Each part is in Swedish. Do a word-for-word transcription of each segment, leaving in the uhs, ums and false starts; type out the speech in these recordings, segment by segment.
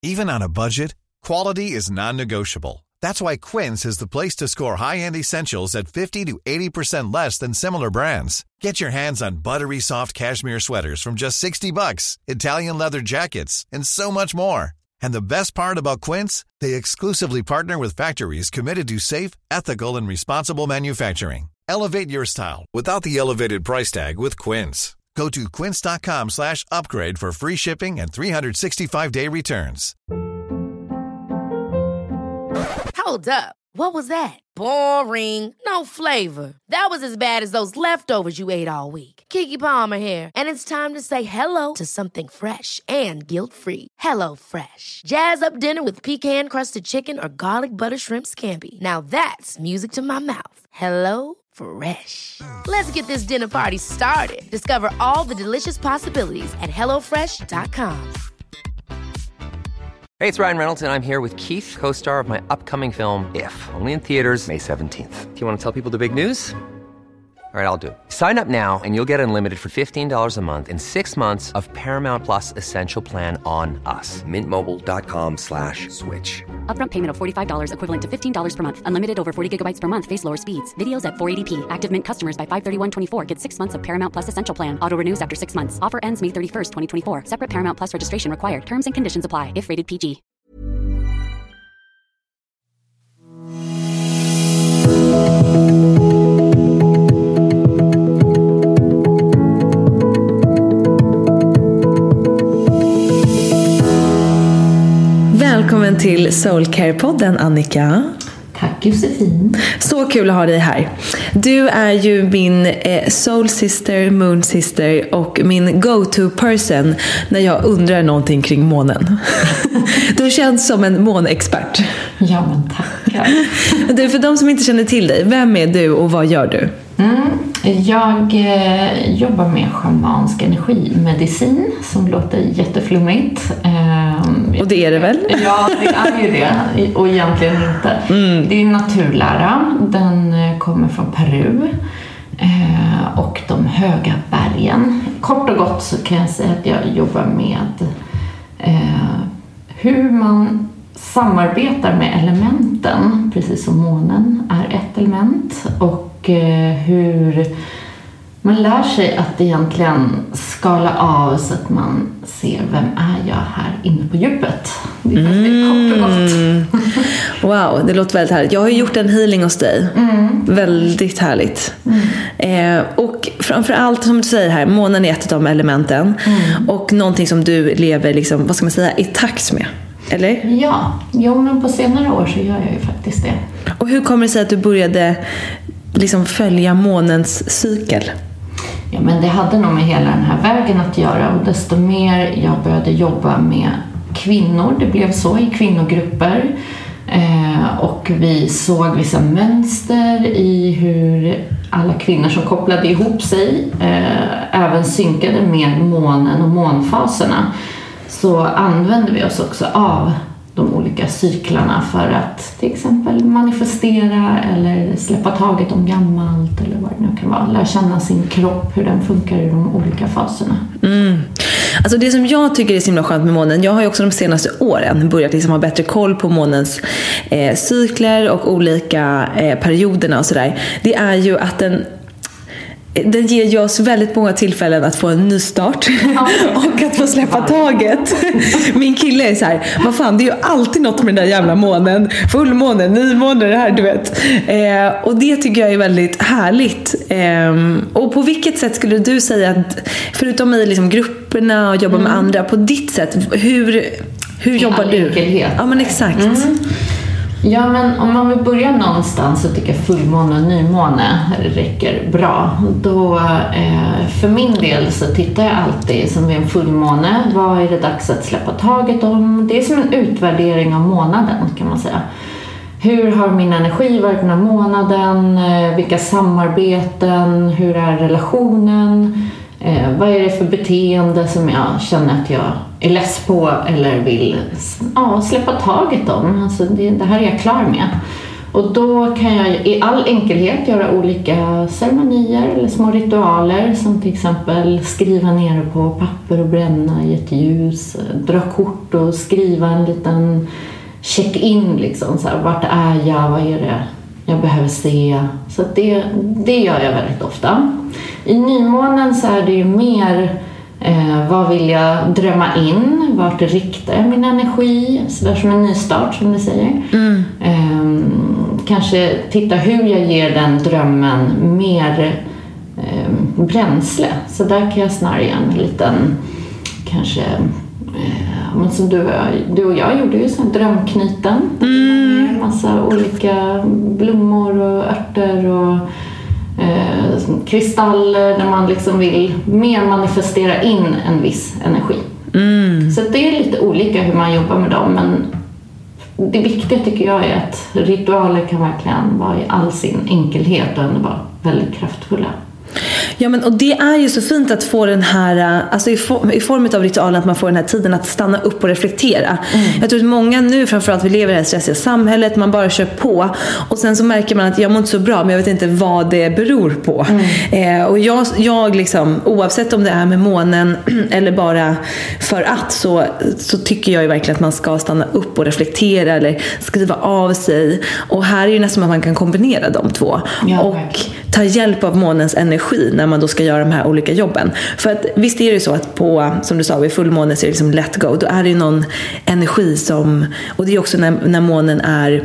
Even on a budget, quality is non-negotiable. That's why Quince is the place to score high-end essentials at fifty to eighty percent less than similar brands. Get your hands on buttery soft cashmere sweaters from just sixty bucks, Italian leather jackets, and so much more. And the best part about Quince, they exclusively partner with factories committed to safe, ethical, and responsible manufacturing. Elevate your style without the elevated price tag with Quince. Go to quince.com slash upgrade for free shipping and three sixty-five day returns. Hold up. What was that? Boring. No flavor. That was as bad as those leftovers you ate all week. Keke Palmer here. And it's time to say hello to something fresh and guilt-free. Hello Fresh. Jazz up dinner with pecan-crusted chicken or garlic butter shrimp scampi. Now that's music to my mouth. Hello Fresh. Let's get this dinner party started. Discover all the delicious possibilities at hello fresh dot com. Hey, it's Ryan Reynolds, and I'm here with Keith, co-star of my upcoming film, If, only in theaters May seventeenth. Do you want to tell people the big news? All right, I'll do it. Sign up now and you'll get unlimited for fifteen dollars a month and six months of Paramount Plus Essential Plan on us. Mint Mobile dot com slash switch. Upfront payment of forty-five dollars equivalent to fifteen dollars per month. Unlimited over forty gigabytes per month. Face lower speeds. Videos at four eighty p. Active Mint customers by five thirty-one twenty-four get six months of Paramount Plus Essential Plan. Auto renews after six months. Offer ends May thirty-first, twenty twenty-four. Separate Paramount Plus registration required. Terms and conditions apply if rated P G. Välkommen till Soulcare-podden, Annika. Tack Josefin. Så kul att ha dig här. Du är ju min eh, soul sister, moon sister och min go-to person när jag undrar någonting kring månen. Du känns som en månexpert. Ja, men tackar. Du, för de som inte känner till dig, vem är du och vad gör du? Mm, jag eh, jobbar med schamansk energimedicin som låter jätteflummigt. Eh, och det är det väl? Ja, det är ju det. Och egentligen inte. Mm. Det är naturlära. Den kommer från Peru. Eh, och de höga bergen. Kort och gott så kan jag säga att jag jobbar med eh, hur man samarbetar med elementen. Precis som månen är ett element. Och hur man lär sig att egentligen skala av så att man ser vem är jag här inne på djupet. Det är väldigt kort och gott. Wow, det låter väldigt härligt. Jag har ju gjort en healing hos dig. Mm. Väldigt härligt. Mm. Eh, och framförallt som du säger här, månen är ett av de elementen. Mm. Och någonting som du lever liksom, vad ska man säga, i takt med. Eller? Ja, jo, men på senare år så gör jag ju faktiskt det. Och hur kommer det sig att du började liksom följa månens cykel? Ja, men det hade nog med hela den här vägen att göra. Och desto mer jag började jobba med kvinnor, det blev så i kvinnogrupper. Eh, och vi såg vissa mönster i hur alla kvinnor som kopplade ihop sig eh, även synkade med månen och månfaserna. Så använde vi oss också av de olika cyklarna för att till exempel manifestera eller släppa taget om gammalt eller vad det nu kan vara. Lära känna sin kropp, hur den funkar i de olika faserna. Mm. Alltså det som jag tycker är så himla skönt med månen, jag har ju också de senaste åren börjat liksom ha bättre koll på månens eh, cykler och olika eh, perioderna och sådär. Det är ju att den Den ger ju oss väldigt många tillfällen att få en ny start och att få släppa taget. Min kille är så här, vad fan, det är ju alltid något med den där jävla månen. Fullmånen, nymånen, det här, du vet. Eh, och det tycker jag är väldigt härligt. Eh, och på vilket sätt skulle du säga att, förutom i liksom grupperna och jobba med andra, på ditt sätt, hur, hur jobbar du? Enkelhet. Ja, men exakt. Mm. Ja, men om man vill börja någonstans så tycker jag fullmåne och nymåne räcker bra. Då, eh, för min del så tittar jag alltid som vid en fullmåne. Vad är det dags att släppa taget om? Det är som en utvärdering av månaden, kan man säga. Hur har min energi varit den här månaden? Eh, vilka samarbeten? Hur är relationen? Eh, vad är det för beteende som jag känner att jag är less på eller vill ja, släppa taget om? Alltså det, det här är jag klar med. Och då kan jag i all enkelhet göra olika ceremonier eller små ritualer, som till exempel skriva ner på papper och bränna i ett ljus, dra kort och skriva en liten check-in liksom, så här, vart är jag, vad är det jag behöver se. Så det, det gör jag väldigt ofta. I nymånen så är det ju mer eh, vad vill jag drömma in, vart riktar jag min energi, så där som en nystart som ni säger. Mm. Eh, kanske titta hur jag ger den drömmen mer eh, bränsle. Så där kan jag snarare en liten kanske eh, men som du, du och jag gjorde ju sån drömknyten. Mm. En massa olika blommor och örter och eh, kristaller där man liksom vill mer manifestera in en viss energi. Mm. Så det är lite olika hur man jobbar med dem, men det viktiga tycker jag är att ritualer kan verkligen vara i all sin enkelhet och ändå vara väldigt kraftfulla. Ja, men och det är ju så fint att få den här, alltså i, for, i form av ritualen, att man får den här tiden att stanna upp och reflektera. Mm. Jag tror att många nu, framförallt vi lever i det här stressiga samhället, man bara kör på och sen så märker man att jag mår inte så bra, men jag vet inte vad det beror på. Mm. Eh, och jag, jag liksom, oavsett om det är med månen eller bara för att, så, så tycker jag ju verkligen att man ska stanna upp och reflektera eller skriva av sig. Och här är ju nästan att man kan kombinera de två. Ja, och verkligen ta hjälp av månens energi när man då ska göra de här olika jobben. För att visst är det ju så att på, som du sa, vid fullmånen så är det liksom let go. Då är det ju någon energi som, och det är också när, när månen är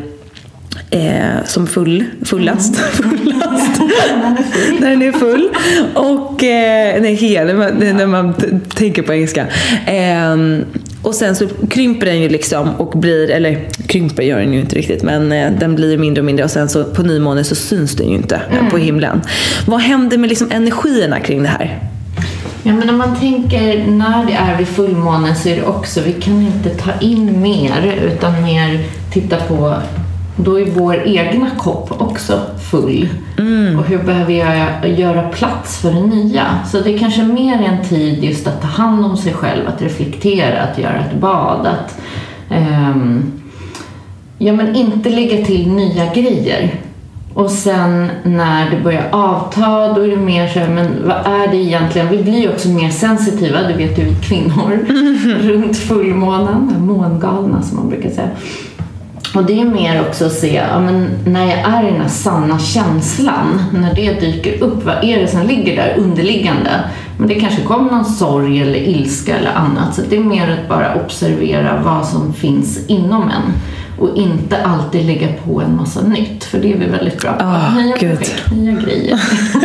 eh, som full, fullast. Mm. fullast. när den är full. Och eh, nej, hel, när, när man t- tänker på engelska. Eh, Och sen så krymper den ju liksom och blir, eller krymper gör den ju inte riktigt, men eh, den blir mindre och mindre, och sen så på nymånen så syns den ju inte mm. på himlen. Vad händer med liksom energierna kring det här? Ja, men om man tänker när det är vid fullmånen så är det också, vi kan inte ta in mer utan mer titta på, då är vår egna kopp också full. Mm. Och hur behöver jag göra plats för det nya? Så det är kanske mer en tid just att ta hand om sig själv, att reflektera, att göra ett bad, att um, ja, men inte lägga till nya grejer. Och sen när det börjar avta, då är det mer så här, men vad är det egentligen? Vi blir ju också mer sensitiva, det vet ju vi kvinnor, mm. runt fullmånen, mångalna som man brukar säga. Och det är mer också att se, ja, men när jag är i den här sanna känslan, när det dyker upp, vad är det som ligger där underliggande? Men det kanske kommer någon sorg eller ilska eller annat. Så det är mer att bara observera vad som finns inom en. Och inte alltid lägga på en massa nytt. För det är vi väldigt bra på. Oh, nya Gud. projekt, nya grejer.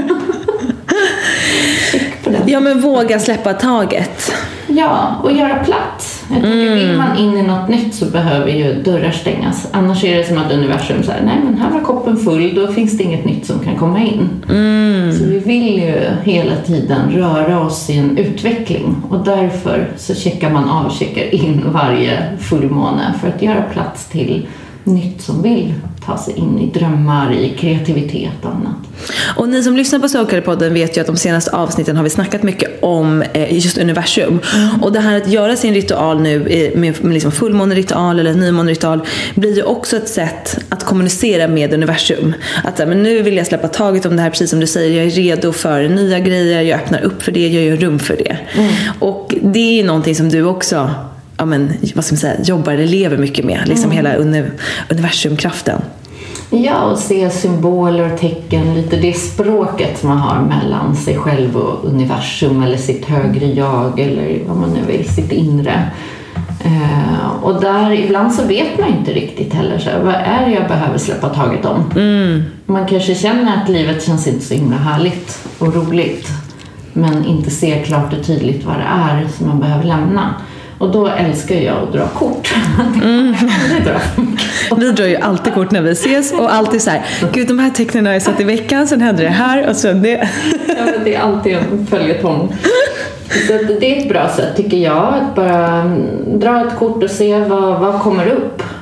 Ja, men våga släppa taget. Ja, och göra plats. Jag tycker, mm. vill man in i något nytt så behöver ju dörrar stängas. Annars är det som att universum säger, nej men här var koppen full, då finns det inget nytt som kan komma in. Mm. Så vi vill ju hela tiden röra oss i en utveckling. Och därför så checkar man av, checkar in varje fullmåne för att göra plats till nytt som vill ta sig in i drömmar, i kreativitet och annat. Och ni som lyssnar på Soulcare-podden vet ju att de senaste avsnitten har vi snackat mycket om eh, just universum. Mm. Och det här att göra sin ritual nu med, med liksom fullmåneritual eller nymåneritual blir ju också ett sätt att kommunicera med universum. Att så här, men nu vill jag släppa taget om det här, precis som du säger, jag är redo för nya grejer, jag öppnar upp för det, jag gör rum för det. Mm. Och det är någonting som du också, ja, men, vad ska man säga, jobbar eller lever mycket med, liksom mm. hela uni- universumkraften. Ja, och se symboler och tecken, lite det språket man har mellan sig själv och universum eller sitt högre jag eller vad man nu vill, sitt inre. Eh, och där ibland så vet man inte riktigt heller så här, vad är det jag behöver släppa taget om? Mm. Man kanske känner att livet känns inte så himla härligt och roligt, men inte ser klart och tydligt vad det är som man behöver lämna. Och då älskar jag att dra kort. Mm. Vi drar ju alltid kort när vi ses. Och alltid så här, gud, de här tecknen har jag sett i veckan, sen hände det här och sen det. Ja, men det är alltid en följetong. Så det är ett bra sätt tycker jag, att bara dra ett kort och se vad, vad kommer upp.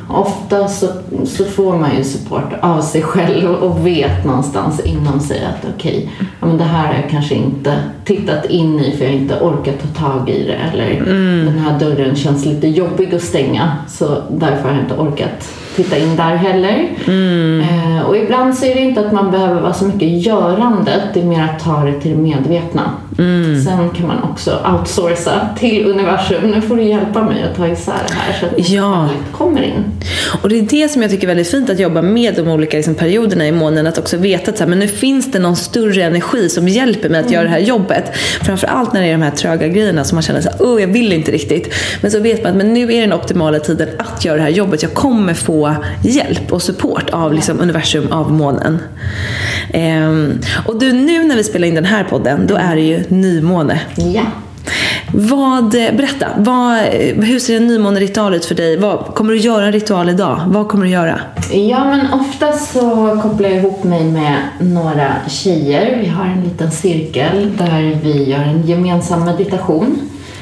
Ofta så, så får man ju support av sig själv och vet någonstans inom sig att okej, okay, ja, men det här har jag kanske inte tittat in i för jag inte orkat ta tag i det. Eller mm. den här dörren känns lite jobbig att stänga så därför har jag inte orkat titta in där heller. Mm. Eh, och ibland så är det inte att man behöver vara så mycket görandet, det är mer att ta det till det medvetna. Mm. Sen kan man också outsourca till universum. Nu får du hjälpa mig att ta isär det här så att ja. det kommer in. Och det är det som jag tycker är väldigt fint att jobba med de olika liksom, perioderna i månaden. Att också veta att så här, men nu finns det någon större energi som hjälper mig att mm. göra det här jobbet. Framförallt när det är de här tröga grejerna som man känner så här, oh, jag vill inte riktigt. Men så vet man att men nu är den optimala tiden att göra det här jobbet. Jag kommer få hjälp och support av liksom, universum, av månen. Ehm, och du, nu när vi spelar in den här podden, då är det ju nymåne. Ja. Vad, berätta, vad, hur ser en nymåneritual ut för dig? Vad, kommer du göra en ritual idag? Vad kommer du göra? Ja, men ofta så kopplar jag ihop mig med några tjejer. Vi har en liten cirkel där vi gör en gemensam meditation.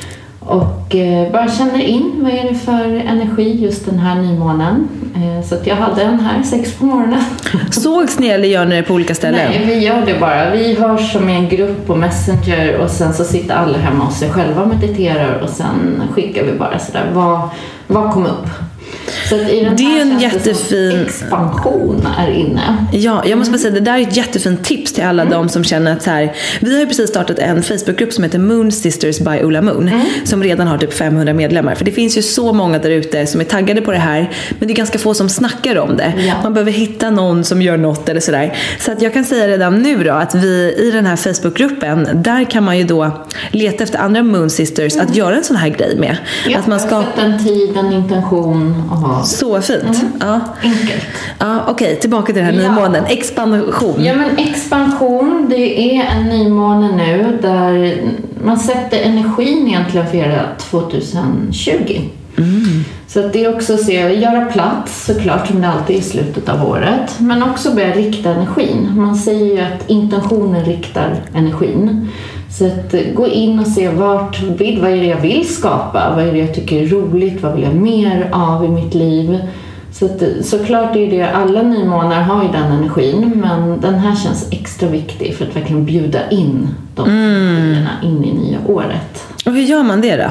Och eh, bara känner in vad är det för energi just den här nymånen. Eh, så att jag hade en här sex på morgonen. Sågs ni eller gör ni det på olika ställen? Nej, vi gör det bara. Vi hörs som i en grupp på Messenger och sen så sitter alla hemma hos sig själva och mediterar och sen skickar vi bara sådär, vad, vad kom upp? Så att i den det är en jättefin expansion är inne. Ja, jag måste bara säga, det där är ett jättefint tips till alla mm. de som känner att så här, vi har ju precis startat en Facebookgrupp som heter Moon Sisters by Ola Moon mm. som redan har typ femhundra medlemmar. För det finns ju så många där ute som är taggade på det här, men det är ganska få som snackar om det. Ja. Man behöver hitta någon som gör något eller sådär. Så att jag kan säga redan nu då att vi i den här Facebookgruppen, där kan man ju då leta efter andra Moon Sisters mm. att göra en sån här grej med. Ja, att man ska sätta en tid, en intention och ha. Så fint. Mm. Ja. Enkelt. Ja, okej, okay, tillbaka till den här ja. nymånen. Expansion. Ja, men expansion, det är en nymåne nu där man sätter energin egentligen för hela tjugohundratjugo. Mm. Så att det är också att se, göra plats såklart som det alltid är i slutet av året. Men också börja rikta energin. Man säger ju att intentionen riktar energin. Så att gå in och se vart, vad är det jag vill skapa? Vad är det jag tycker är roligt? Vad vill jag mer av i mitt liv? Så att, såklart är det, alla nymånar har ju den energin. Men den här känns extra viktig för att verkligen bjuda in de energierna mm. in i nya året. Och hur gör man det då?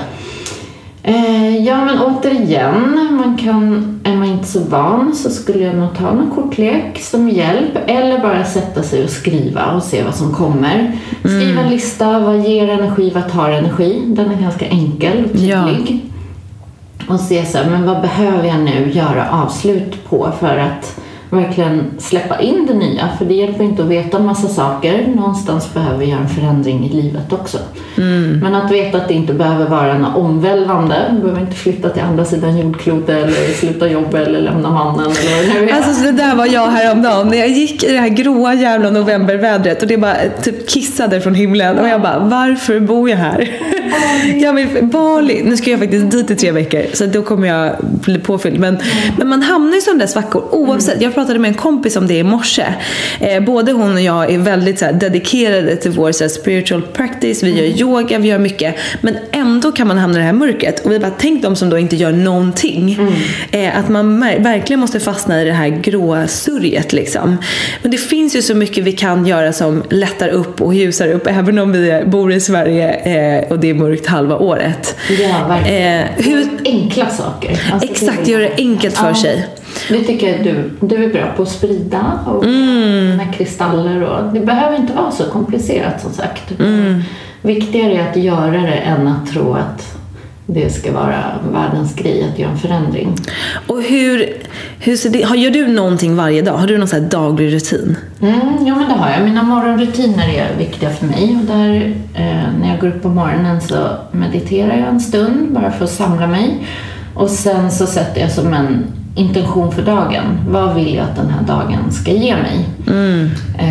Eh, ja, men återigen, man kan, är man inte så van så skulle jag nog ta en kortlek som hjälp eller bara sätta sig och skriva och se vad som kommer. Skriva en lista, vad ger energi, vad tar energi. Den är ganska enkel och tydlig. Ja. Och se så här, men vad behöver jag nu göra avslut på för att verkligen släppa in det nya, för det hjälper inte att veta en massa saker. Någonstans behöver vi göra en förändring i livet också. Mm. Men att veta att det inte behöver vara en omvälvande. Du behöver inte flytta till andra sidan jordklotet eller sluta jobba eller lämna mannen eller vad det nu är. Alltså det där var jag häromdagen när jag gick i det här gråa jävla novembervädret och det bara typ kissade från himlen och jag bara, varför bor jag här? Jag vill Bali. Nu ska jag faktiskt dit i tre veckor så då kommer jag bli påfylld. Men, mm. men man hamnar i sådana där svackor oavsett. Jag pratade med en kompis om det i morse. Eh, både hon och jag är väldigt så här, dedikerade till vår så här, spiritual practice. Vi gör yoga, vi gör mycket. Men ändå kan man hamna i det här mörkret. Och vi bara, tänk de som då inte gör någonting. Mm. Eh, att man mär- verkligen måste fastna i det här gråa surget liksom. Men det finns ju så mycket vi kan göra som lättar upp och ljusar upp. Även om vi bor i Sverige eh, och det är mörkt halva året. Ja, verkligen. Eh, hur... Enkla saker. Alltså, exakt, gör det enkelt för ja. sig. Det tycker jag du, du är bra på att sprida och mm. med kristaller och det behöver inte vara så komplicerat som sagt. Mm. Viktigare är att göra det än att tro att det ska vara världens grej att göra en förändring. Och hur, hur ser det, gör du någonting varje dag? Har du någon sån här daglig rutin? Mm, ja, men det har jag. Mina morgonrutiner är viktiga för mig. Och där, eh, när jag går upp på morgonen så mediterar jag en stund bara för att samla mig. Och sen så sätter jag som en intention för dagen. Vad vill jag att den här dagen ska ge mig? Mm.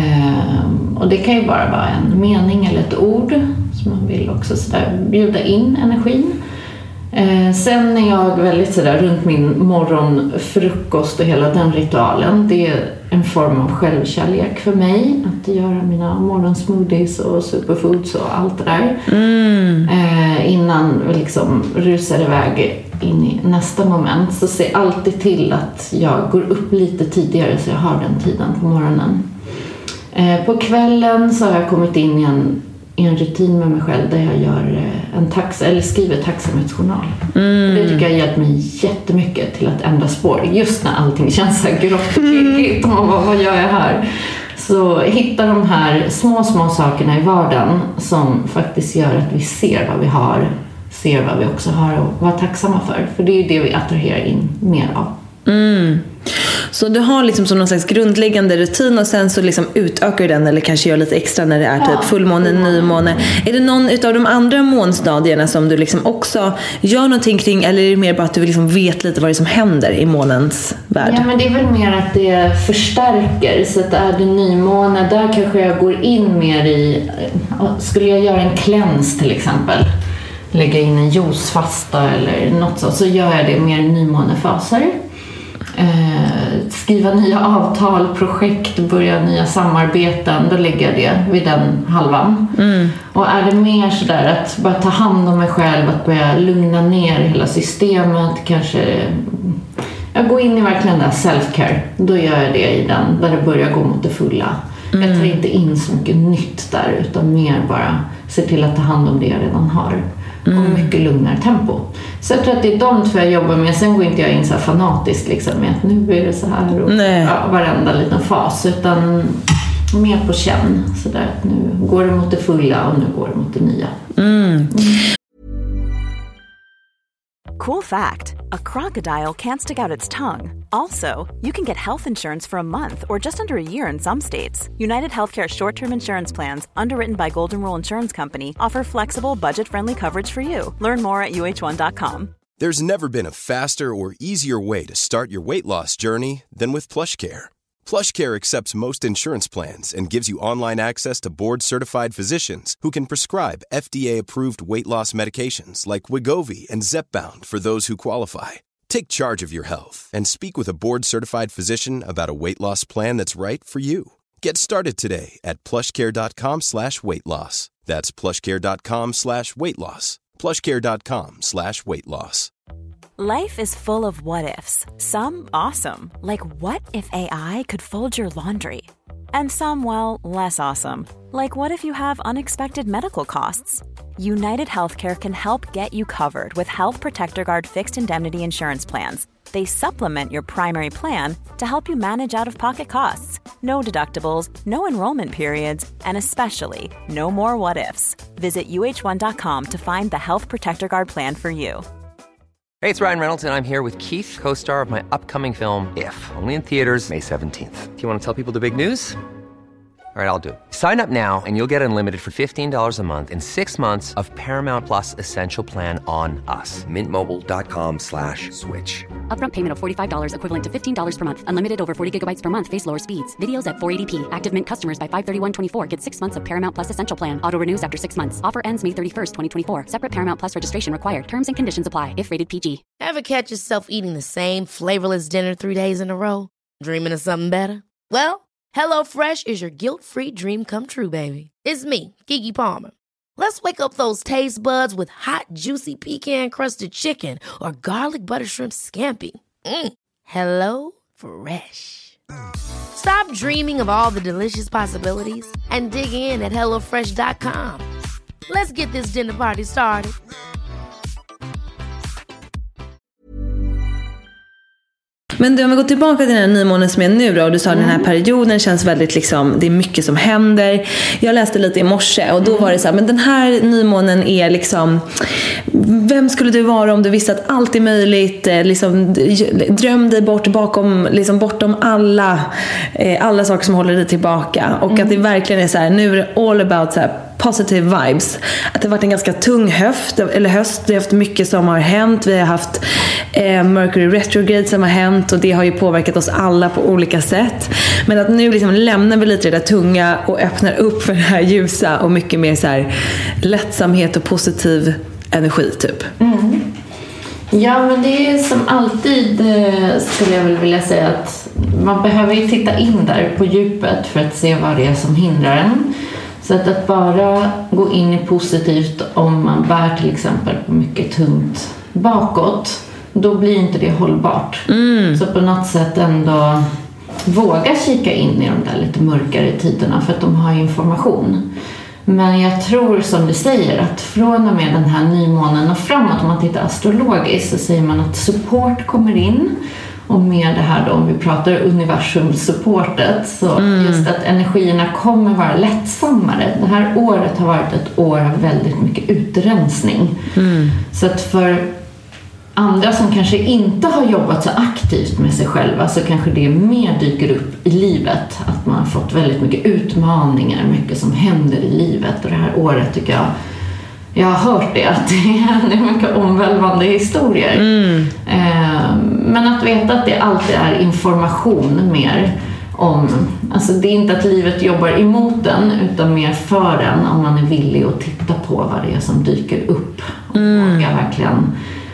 Eh, och det kan ju bara vara en mening eller ett ord som man vill också sådär bjuda in energin. Eh, sen är jag väldigt sådär runt min morgonfrukost och hela den ritualen. Det är en form av självkärlek för mig. Att göra mina morgonsmoothies och superfoods och allt det där. Mm. Eh, innan vi liksom rusar iväg in i nästa moment så ser jag alltid till att jag går upp lite tidigare så jag har den tiden på morgonen. Eh, på kvällen så har jag kommit in i en, i en rutin med mig själv där jag gör en tax, eller skriver tacksamhetsjournal. Mm. Det tycker jag har hjälpt mig jättemycket till att ändra spår. Just när allting känns så här grått och kickigt. Mm. Vad, vad gör jag här? Så hitta de här små, små sakerna i vardagen som faktiskt gör att vi ser vad vi har, ser vad vi också har och vara tacksamma för. För det är ju det vi attraherar in mer av. Mm. Så du har liksom som någon slags grundläggande rutin och sen så liksom utökar du den eller kanske gör lite extra när det är typ ja, fullmåne, nymåne. Är det någon utav de andra månstadierna som du liksom också gör någonting kring eller är det mer bara att du liksom vet lite vad det är som händer i månens värld? Ja, men det är väl mer att det förstärker. Så att är det nymåne, där kanske jag går in mer i, skulle jag göra en cleanse till exempel, lägga in en juicefasta eller något så, så gör jag det mer i nymånefaser. Eh, skriva nya avtal, projekt, börja nya samarbeten, då lägger jag det vid den halvan. Mm. Och är det mer sådär att bara ta hand om mig själv, att börja lugna ner hela systemet, kanske jag går in i verkligen där self-care, då gör jag det i den där det börjar gå mot det fulla. Mm. Jag tar inte in så mycket nytt där utan mer bara se till att ta hand om det jag redan har. Mm. Och mycket lugnare tempo. Så jag tror att det är de två jag jobbar med. Sen går inte jag in så här fanatiskt liksom, med att nu blir det så här och ja, varenda liten fas. Utan mer på känn. Så där att nu går det mot det fulla och nu går det mot det nya. Mm. Mm. Cool fact, a crocodile can't stick out its tongue. Also, you can get health insurance for a month or just under a year in some states. United Healthcare short-term insurance plans, underwritten by Golden Rule Insurance Company, offer flexible, budget-friendly coverage for you. Learn more at U H one dot com. There's never been a faster or easier way to start your weight loss journey than with PlushCare. PlushCare accepts most insurance plans and gives you online access to board-certified physicians who can prescribe F D A-approved weight loss medications like Wegovy and Zepbound for those who qualify. Take charge of your health and speak with a board-certified physician about a weight loss plan that's right for you. Get started today at plushcare.com slash weight loss. That's plushcare.com slash weight loss. plushcare.com slash weight loss. Life is full of what-ifs. Some awesome, like what if A I could fold your laundry? And some, well, less awesome, like what if you have unexpected medical costs? United Healthcare can help get you covered with Health Protector Guard fixed indemnity insurance plans. They supplement your primary plan to help you manage out-of-pocket costs. No deductibles, no enrollment periods, and especially no more what-ifs. Visit U H one dot com to find the Health Protector Guard plan for you. Hey, it's Ryan Reynolds, and I'm here with Keith, co-star of my upcoming film, If, only in theaters May seventeenth. Do you want to tell people the big news? All right, I'll do it. Sign up now and you'll get unlimited for fifteen dollars a month and six months of Paramount Plus Essential Plan on us. Mint Mobile dot com slash switch. Upfront payment of forty-five dollars equivalent to fifteen dollars per month. Unlimited over forty gigabytes per month. Face lower speeds. Videos at four eighty p. Active Mint customers by five thirty-one twenty-four get six months of Paramount Plus Essential Plan. Auto renews after six months. Offer ends May thirty-first, twenty twenty-four. Separate Paramount Plus registration required. Terms and conditions apply if rated P G. Ever catch yourself eating the same flavorless dinner three days in a row? Dreaming of something better? Well, HelloFresh is your guilt-free dream come true, baby. It's me, Keke Palmer. Let's wake up those taste buds with hot, juicy pecan-crusted chicken or garlic butter shrimp scampi. Mm. Hello Fresh. Stop dreaming of all the delicious possibilities and dig in at hello fresh dot com. Let's get this dinner party started. Men du, om vi går tillbaka till den här nymånen som är nu då, och du sa att mm. den här perioden känns väldigt liksom, det är mycket som händer. Jag läste lite i morse och då mm. var det så här, men den här nymånen är liksom, vem skulle du vara om du visste att allt är möjligt, liksom, dröm dig bort bakom, liksom bortom alla alla saker som håller dig tillbaka och mm. att det verkligen är så här, nu är det all about så här positive vibes. Att det har varit en ganska tung höst, eller höst, det har haft mycket som har hänt. Vi har haft eh, Mercury retrograde som har hänt och det har ju påverkat oss alla på olika sätt. Men att nu liksom lämnar vi lite det där tunga och öppnar upp för det här ljusa och mycket mer så här lättsamhet och positiv energi typ. Mm. Ja, men det är som alltid, skulle jag väl vilja säga, att man behöver ju titta in där på djupet för att se vad det är som hindrar en. Så att, att bara gå in i positivt om man bär till exempel på mycket tungt bakåt, då blir inte det hållbart. Mm. Så på något sätt ändå våga kika in i de där lite mörkare tiderna, för att de har information. Men jag tror, som du säger, att från och med den här nymånen och framåt, om man tittar astrologiskt, så säger man att support kommer in. Och med det här då, om vi pratar universum-supportet, så mm. just att energierna kommer vara lättsammare. Det här året har varit ett år av väldigt mycket utrensning. Mm. Så att för andra som kanske inte har jobbat så aktivt med sig själva, så kanske det mer dyker upp i livet. Att man har fått väldigt mycket utmaningar, mycket som händer i livet. Och det här året tycker jag, jag har hört det, att det är mycket omvälvande historier. Mm. Eh, men att veta att det alltid är information mer om, alltså det är inte att livet jobbar emot den, utan mer för den, om man är villig att titta på vad det är som dyker upp. Och mm. våga verkligen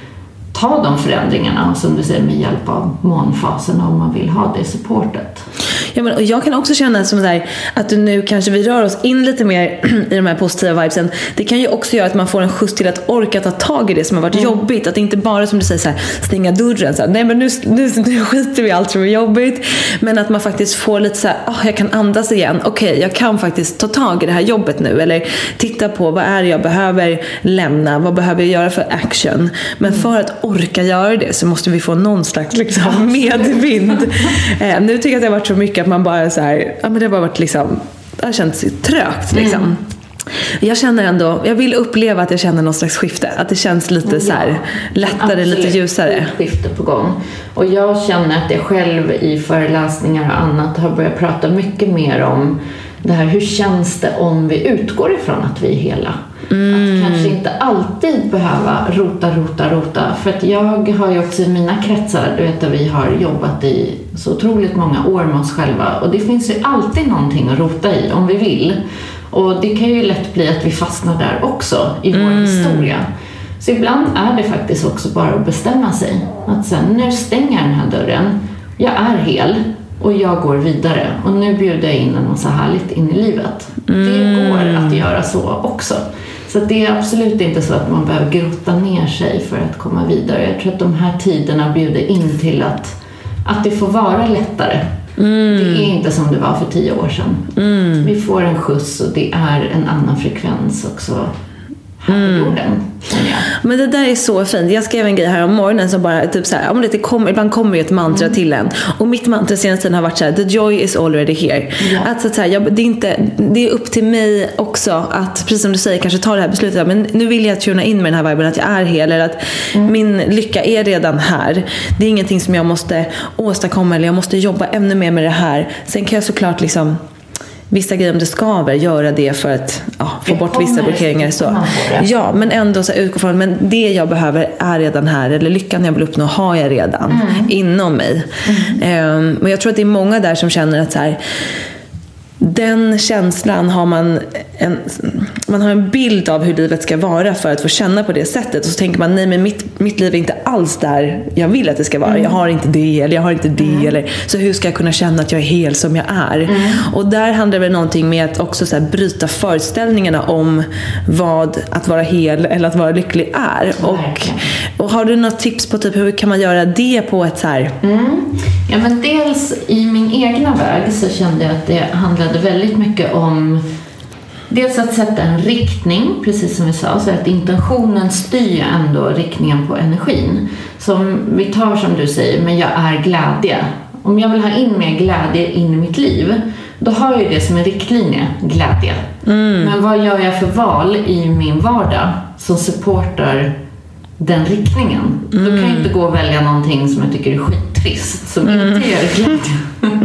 ta de förändringarna, och som du säger, med hjälp av månfaserna, om man vill ha det supportet. Ja, men, och jag kan också känna som där, att du nu kanske vi rör oss in lite mer i de här positiva vibesen. Det kan ju också göra att man får en skjuts till att orka ta tag i det som har varit mm. jobbigt. Att det inte bara, som du säger, så här, stänga dörren så här, nej men nu, nu, nu skiter vi i allt som är jobbigt. Men att man faktiskt får lite så här, oh, jag kan andas igen. Okej, okay, jag kan faktiskt ta tag i det här jobbet nu. Eller titta på, vad är det jag behöver lämna? Vad behöver jag göra för action? Men mm. för att orka göra det så måste vi få någon slags liksom, medvind. eh, nu tycker jag att det har varit så mycket att man bara så här, ja men det har bara varit liksom, det har känts trögt liksom. Mm. Jag känner ändå, jag vill uppleva att jag känner någon slags skifte, att det känns lite ja, så här lättare, absolut, lite ljusare. Skifte på gång. Och jag känner att jag själv i föreläsningar och annat har börjat prata mycket mer om det här, hur känns det om vi utgår ifrån att vi är hela? Mm. Att kanske inte alltid behöva rota, rota, rota. För att jag har ju också i mina kretsar, du vet, att vi har jobbat i så otroligt många år med oss själva. Och det finns ju alltid någonting att rota i om vi vill. Och det kan ju lätt bli att vi fastnar där också i vår mm. historia. Så ibland är det faktiskt också bara att bestämma sig. Att sen, nu stänger jag den här dörren. Jag är hel. Och jag går vidare. Och nu bjuder jag in något så härligt in i livet. Mm. Det går att göra så också. Så det är absolut inte så att man behöver grotta ner sig för att komma vidare. Jag tror att de här tiderna bjuder in till att, att det får vara lättare. Mm. Det är inte som det var för tio år sedan. Mm. Vi får en skjuts och det är en annan frekvens också. Mm. Men det där är så fint. Jag skrev en grej här om morgonen som bara typ så här, om det kommer, ibland kommer ju ett mantra mm. till en. Och mitt mantra senaste tiden har varit så här: the joy is already here. Yeah. Att så här, jag, det är inte, det är upp till mig också att, precis som du säger, kanske ta det här beslutet. Men nu vill jag tuna in med den här viben att jag är hel, eller att mm. min lycka är redan här. Det är ingenting som jag måste åstadkomma, eller jag måste jobba ännu mer med det här. Sen kan jag såklart liksom vissa grejer om det skaver, göra det för att ja, få bort vissa blockeringar. Så. Ja, men ändå så utgå från, men det jag behöver är redan här, eller lyckan jag vill uppnå har jag redan mm. inom mig. Mm. Um, men jag tror att det är många där som känner att så här, den känslan har man en, man har en bild av hur livet ska vara för att få känna på det sättet, och så tänker man, nej men mitt, mitt liv är inte alls där jag vill att det ska vara. Mm. Jag har inte det, eller jag har inte det, mm. eller så hur ska jag kunna känna att jag är hel som jag är? Mm. Och där handlar det väl någonting med att också så här bryta föreställningarna om vad att vara hel eller att vara lycklig är. Och, och har du något tips på typ hur kan man göra det på ett så här? Mm. Ja, men dels i min egna väg så kände jag att det handlade väldigt mycket om dels att sätta en riktning, precis som vi sa, så att intentionen styr ändå riktningen på energin. Som vi tar, som du säger, men jag är glädje. Om jag vill ha in mer glädje in i mitt liv, då har jag det som en riktlinje, glädje. Mm. Men vad gör jag för val i min vardag som supportar den riktningen? Mm. Då kan jag inte gå och välja någonting som jag tycker är skittrist, som mm. inte gör glädje.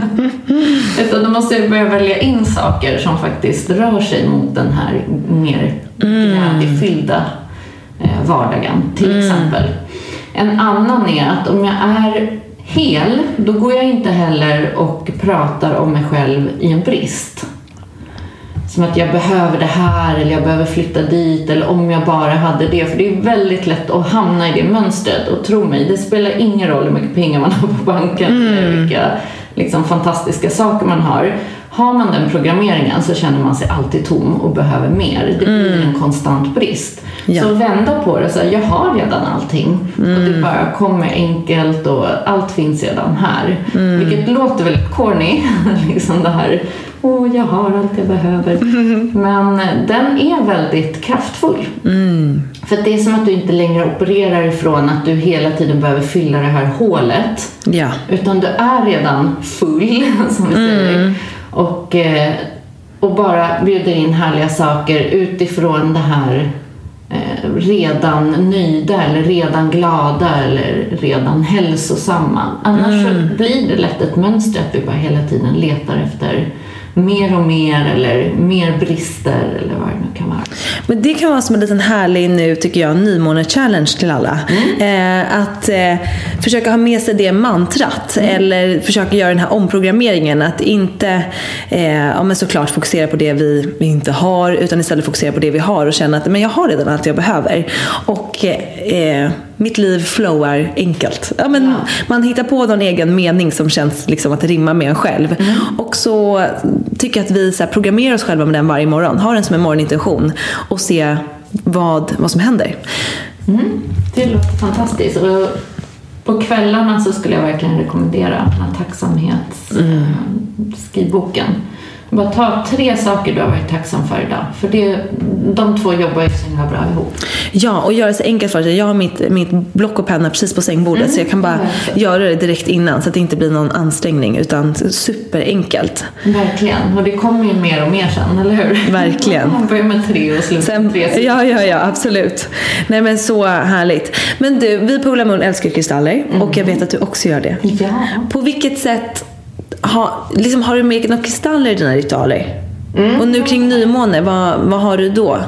Utan då måste jag börja välja in saker som faktiskt rör sig mot den här mer glädjefyllda eh, vardagen, till mm. exempel. En annan är att om jag är hel, då går jag inte heller och pratar om mig själv i en brist. Som att jag behöver det här, eller jag behöver flytta dit, eller om jag bara hade det. För det är väldigt lätt att hamna i det mönstret. Och tro mig, det spelar ingen roll hur mycket pengar man har på banken, mm. eller vilka liksom fantastiska saker man har. har man den programmeringen så känner man sig alltid tom och behöver mer. Det blir mm. en konstant brist. Ja. Så vända på det så här, jag har redan allting. Mm. Och det bara kommer enkelt och allt finns redan här. Mm. Vilket låter väldigt corny. liksom det här, åh oh, jag har allt jag behöver. Mm. Men den är väldigt kraftfull. Mm. För det är som att du inte längre opererar ifrån att du hela tiden behöver fylla det här hålet. Ja. Utan du är redan full, som vi säger. Mm. Och, och bara bjuder in härliga saker utifrån det här eh, redan nöjda eller redan glada eller redan hälsosamma. Annars mm. så blir det lätt ett mönster att vi bara hela tiden letar efter mer och mer eller mer brister eller vad det nu kan vara. Men det kan vara som en liten härlig nu tycker jag nymåne-challenge till alla. Mm. Eh, att eh, försöka ha med sig det mantrat mm. eller försöka göra den här omprogrammeringen att inte eh, ja, men såklart fokusera på det vi inte har utan istället fokusera på det vi har och känna att men jag har redan allt jag behöver. Och eh, mitt liv flowar enkelt. Ja, men ja. Man hittar på någon egen mening som känns liksom att rimma med en själv. Mm. Och så tycker jag att vi så här, programmerar oss själva med den varje morgon. Har den som en morgonintention och se vad, vad som händer. Mm. Det låter fantastiskt. Och på kvällarna så skulle jag verkligen rekommendera den här tacksamhetsskrivboken. Mm. Bara ta tre saker du har varit tacksam för idag. För det, de två jobbar ju så himla bra ihop. Ja, och göra det så enkelt för sig. Jag har mitt, mitt block och penna precis på sängbordet. Mm. Så jag kan bara mm. göra det direkt innan. Så att det inte blir någon ansträngning. Utan superenkelt. Verkligen. Och det kommer ju mer och mer sen, eller hur? Verkligen. Man börjar med tre och slutar med tre. Ja, ja, ja, absolut. Nej, men så härligt. Men du, vi på Ulla Mun älskar kristaller. Mm. Och jag vet att du också gör det. Ja. På vilket sätt... Ha, liksom, har du med några kristaller i dina ritualer? Mm. Och nu kring nymåne, vad, vad har du då?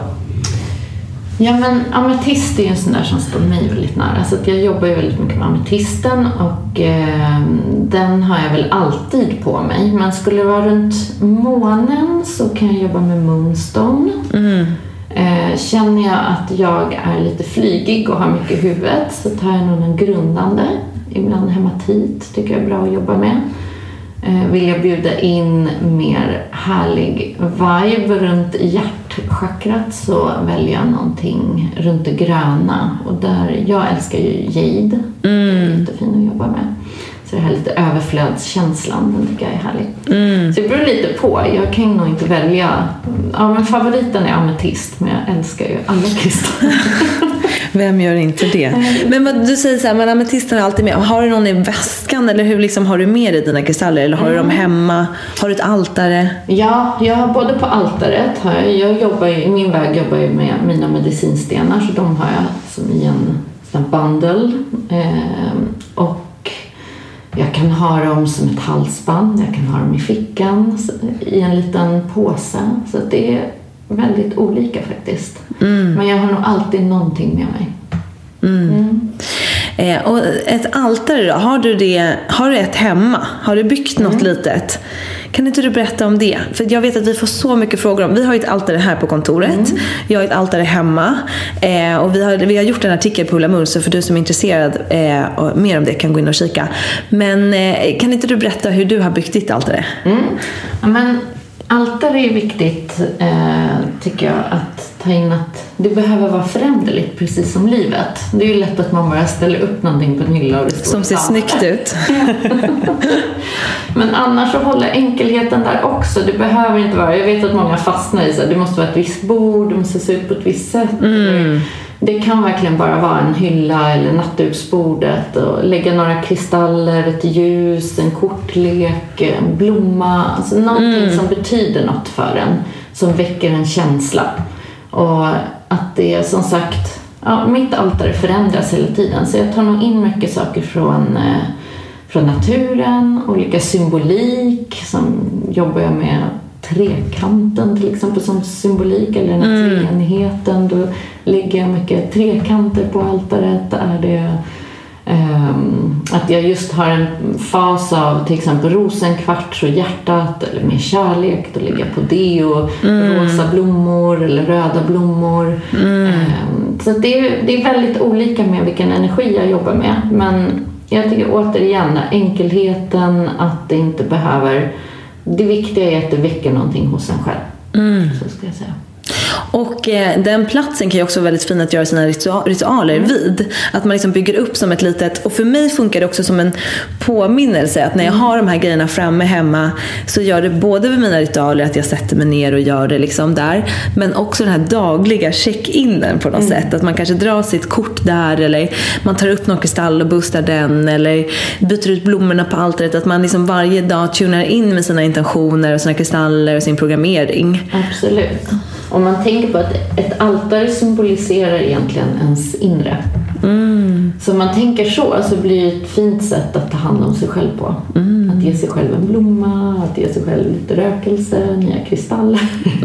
Ja, men ametist är ju en sån där som står mig väldigt nära. Så att jag jobbar ju väldigt mycket med ametisten. Och eh, den har jag väl alltid på mig. Men skulle det vara runt månen så kan jag jobba med moonstone. Mm. Eh, känner jag att jag är lite flygig och har mycket i huvudet så tar jag nog en grundande. Ibland hematit tycker jag är bra att jobba med. Vill jag bjuda in mer härlig vibe runt hjärtchakrat så väljer jag någonting runt det gröna. Och där, jag älskar ju jade. Mm. Det är jättefin att jobba med. Så det här lite överflödskänslan, den tycker jag är härlig. Mm. Så det beror lite på. Jag kan nog inte välja. Ja, men favoriten är ametist, men jag älskar ju alla kristaller. Vem gör inte det? Men vad, du säger så här, men ametisten är alltid med. Har du någon i väskan eller hur liksom har du med dig dina kristaller? Eller har mm. du dem hemma? Har du ett altare? Ja, jag har både på altaret. Har jag, jag jobbar ju, i min väg jobbar jag med mina medicinstenar. Så de har jag som i en, en bundle. Eh, och jag kan ha dem som ett halsband. Jag kan ha dem i fickan. I en liten påse. Så det är väldigt olika faktiskt. Mm. Men jag har nog alltid någonting med mig. Mm. Mm. Eh, och ett altare då, har du det, har du ett hemma? Har du byggt något mm. litet? Kan inte du berätta om det? För jag vet att vi får så mycket frågor om. Vi har ett altare här på kontoret. Mm. Jag har ett altare hemma. Eh, och vi har, vi har gjort en artikel på Ulla Mun. Så för du som är intresserad eh, och mer om det kan gå in och kika. Men eh, kan inte du berätta hur du har byggt ditt altare? Mm. Ja, men altare är viktigt eh, tycker jag att ta in att det behöver vara föränderligt precis som livet. Det är ju lätt att man bara ställer upp någonting på en hylla och det står som ser snyggt ut. Men annars så håller enkelheten där också. Det behöver inte vara, jag vet att många fastnar i så det måste vara ett visst bord, det måste se ut på ett visst sätt. Mm. Det kan verkligen bara vara en hylla eller nattduksbordet och lägga några kristaller, ett ljus, en kortlek, en blomma, alltså någonting mm. som betyder något för en, som väcker en känsla. Och att det är som sagt, ja, mitt altare förändras hela tiden så jag tar nog in mycket saker från, eh, från naturen, olika symbolik som jobbar jag med. Trekanten till exempel som symbolik eller den här mm. treenigheten, då lägger jag mycket trekanter på altaret. Är det um, att jag just har en fas av till exempel rosenkvarts och hjärtat eller mer kärlek, då lägger jag på det och mm. rosa blommor eller röda blommor. Mm. Um, så det är, det är väldigt olika med vilken energi jag jobbar med, men jag tycker återigen enkelheten, att det inte behöver det viktiga är att det väcker någonting hos en själv. Mm. Så ska jag säga. Och eh, den platsen kan ju också vara väldigt fin att göra sina ritua- ritualer mm. vid. Att man liksom bygger upp som ett litet... Och för mig funkar det också som en påminnelse. Att när jag har de här grejerna framme hemma så gör det både vid mina ritualer att jag sätter mig ner och gör det liksom där. Men också den här dagliga check-inen på något mm. sätt. Att man kanske drar sitt kort där. Eller man tar upp någon kristall och boostar den. Eller byter ut blommorna på altaret. Att man liksom varje dag tunar in med sina intentioner och sina kristaller och sin programmering. Absolut. Om man tänker på att ett altare symboliserar egentligen ens inre. Mm. Så om man tänker så så blir det ett fint sätt att ta hand om sig själv på. Mm. Att ge sig själv en blomma, att ge sig själv lite rökelse, nya kristaller.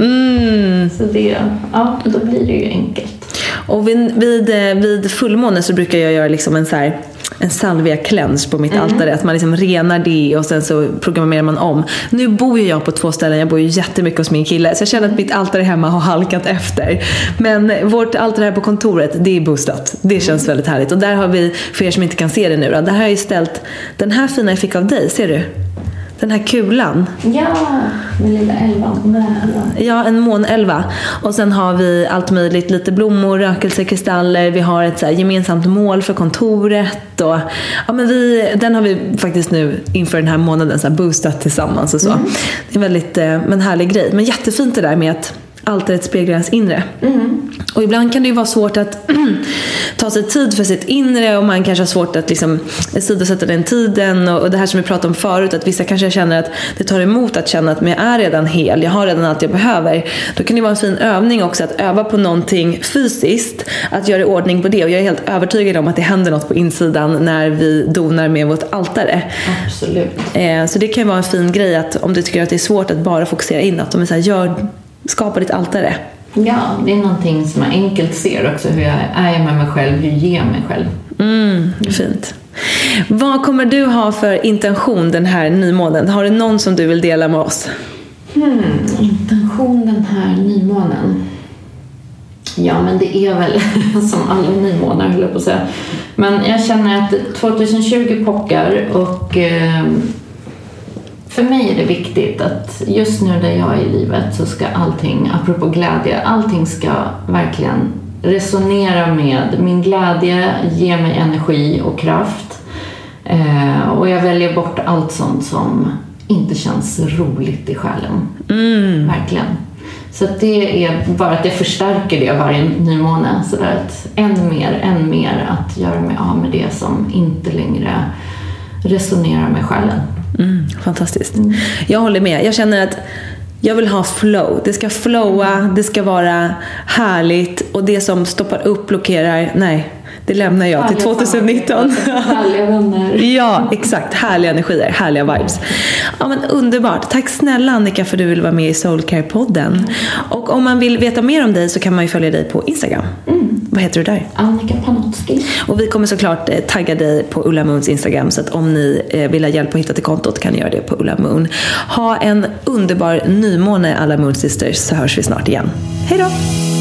Mm. Så det, ja, då blir det ju enkelt. Och vid, vid, vid fullmåne så brukar jag göra liksom en så här... en salvia cleanse på mitt mm. altare. Att man liksom renar det och sen så programmerar man om. Nu bor ju jag på två ställen. Jag bor ju jättemycket hos min kille. Så jag känner att mitt altare hemma har halkat efter. Men vårt altare här på kontoret, det är boostat. Det känns mm. väldigt härligt. Och där har vi, för er som inte kan se det nu då, där har jag ju ställt den här fina jag fick av dig. Ser du? Den här kulan. Ja, den lilla elvan. Ja, en månelva. Och sen har vi allt möjligt. Lite blommor, rökelse, kristaller. Vi har ett så här gemensamt mål för kontoret. Och, ja, men vi, den har vi faktiskt nu inför den här månaden så här boostat tillsammans och så. Mm. Det är en väldigt eh, men härlig grej. Men jättefint det där med att altaret speglar ens inre. Mm. Och ibland kan det ju vara svårt att ta sig tid för sitt inre och man kanske har svårt att liksom sidosätta den tiden och, och det här som vi pratade om förut, att vissa kanske känner att det tar emot att känna att men jag är redan hel, jag har redan allt jag behöver. Då kan det vara en fin övning också att öva på någonting fysiskt, att göra i ordning på det, och jag är helt övertygad om att det händer något på insidan när vi donar med vårt altare. Absolut. Eh, så det kan ju vara en fin grej att om du tycker att det är svårt att bara fokusera in, att de så här, gör skapa ditt altare. Ja, det är någonting som jag enkelt ser också. Hur jag är med mig själv, hur jag ger mig själv. Mm, fint. Vad kommer du ha för intention den här nymånen? Har du någon som du vill dela med oss? Hmm, intention den här nymånen. Ja, men det är väl som alla nymånar, höll jag på att säga. Men jag känner att tjugo pockar och... Eh, För mig är det viktigt att just nu där jag är i livet så ska allting, apropå glädje, allting ska verkligen resonera med min glädje, ge mig energi och kraft. Eh, och jag väljer bort allt sånt som inte känns roligt i själen. Mm. Verkligen. Så att det är bara att jag förstärker det varje nymåne. Så där att än mer, än mer att göra mig av med det som inte längre resonerar med själen. Mm, fantastiskt. Mm. Jag håller med. Jag känner att jag vill ha flow. Det ska flowa, det ska vara härligt. Och det som stoppar upp, blockerar, nej, det lämnar jag till tjugonitton. Härliga vänner. Ja, exakt. Härliga energier, härliga vibes. Ja, men underbart. Tack snälla Annika för att du vill vara med i Soulcare-podden. Mm. Och om man vill veta mer om dig så kan man ju följa dig på Instagram. Mm. Vad heter du där? Annika Panotski. Och vi kommer såklart eh, tagga dig på Ulla Moons Instagram. Så att om ni eh, vill ha hjälp att hitta till kontot kan ni göra det på Ulla Moon. Ha en underbar nymåne alla Moon Sisters, så hörs vi snart igen. Hej då!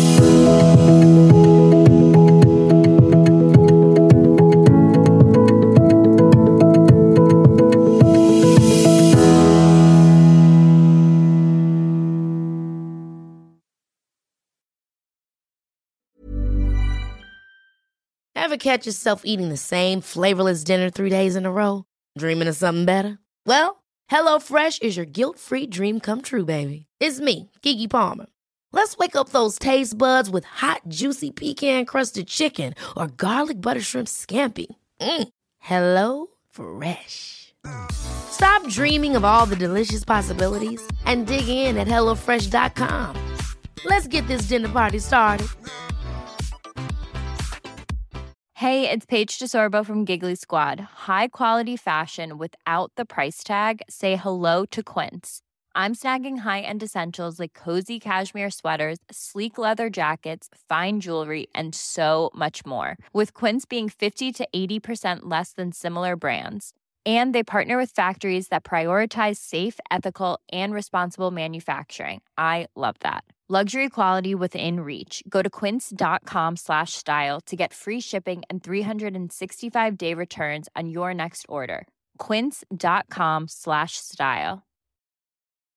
Ever catch yourself eating the same flavorless dinner three days in a row? Dreaming of something better? Well, HelloFresh is your guilt-free dream come true, baby. It's me, Keke Palmer. Let's wake up those taste buds with hot, juicy pecan-crusted chicken or garlic butter shrimp scampi. Mm. Hello Fresh. Stop dreaming of all the delicious possibilities and dig in at hello fresh dot com. Let's get this dinner party started. Hey, it's Paige DeSorbo from Giggly Squad. High quality fashion without the price tag. Say hello to Quince. I'm snagging high-end essentials like cozy cashmere sweaters, sleek leather jackets, fine jewelry, and so much more. With Quince being fifty to eighty percent less than similar brands. And they partner with factories that prioritize safe, ethical, and responsible manufacturing. I love that. Luxury quality within reach. Go to quince.com slash style to get free shipping and three sixty-five day returns on your next order. Quince.com slash style.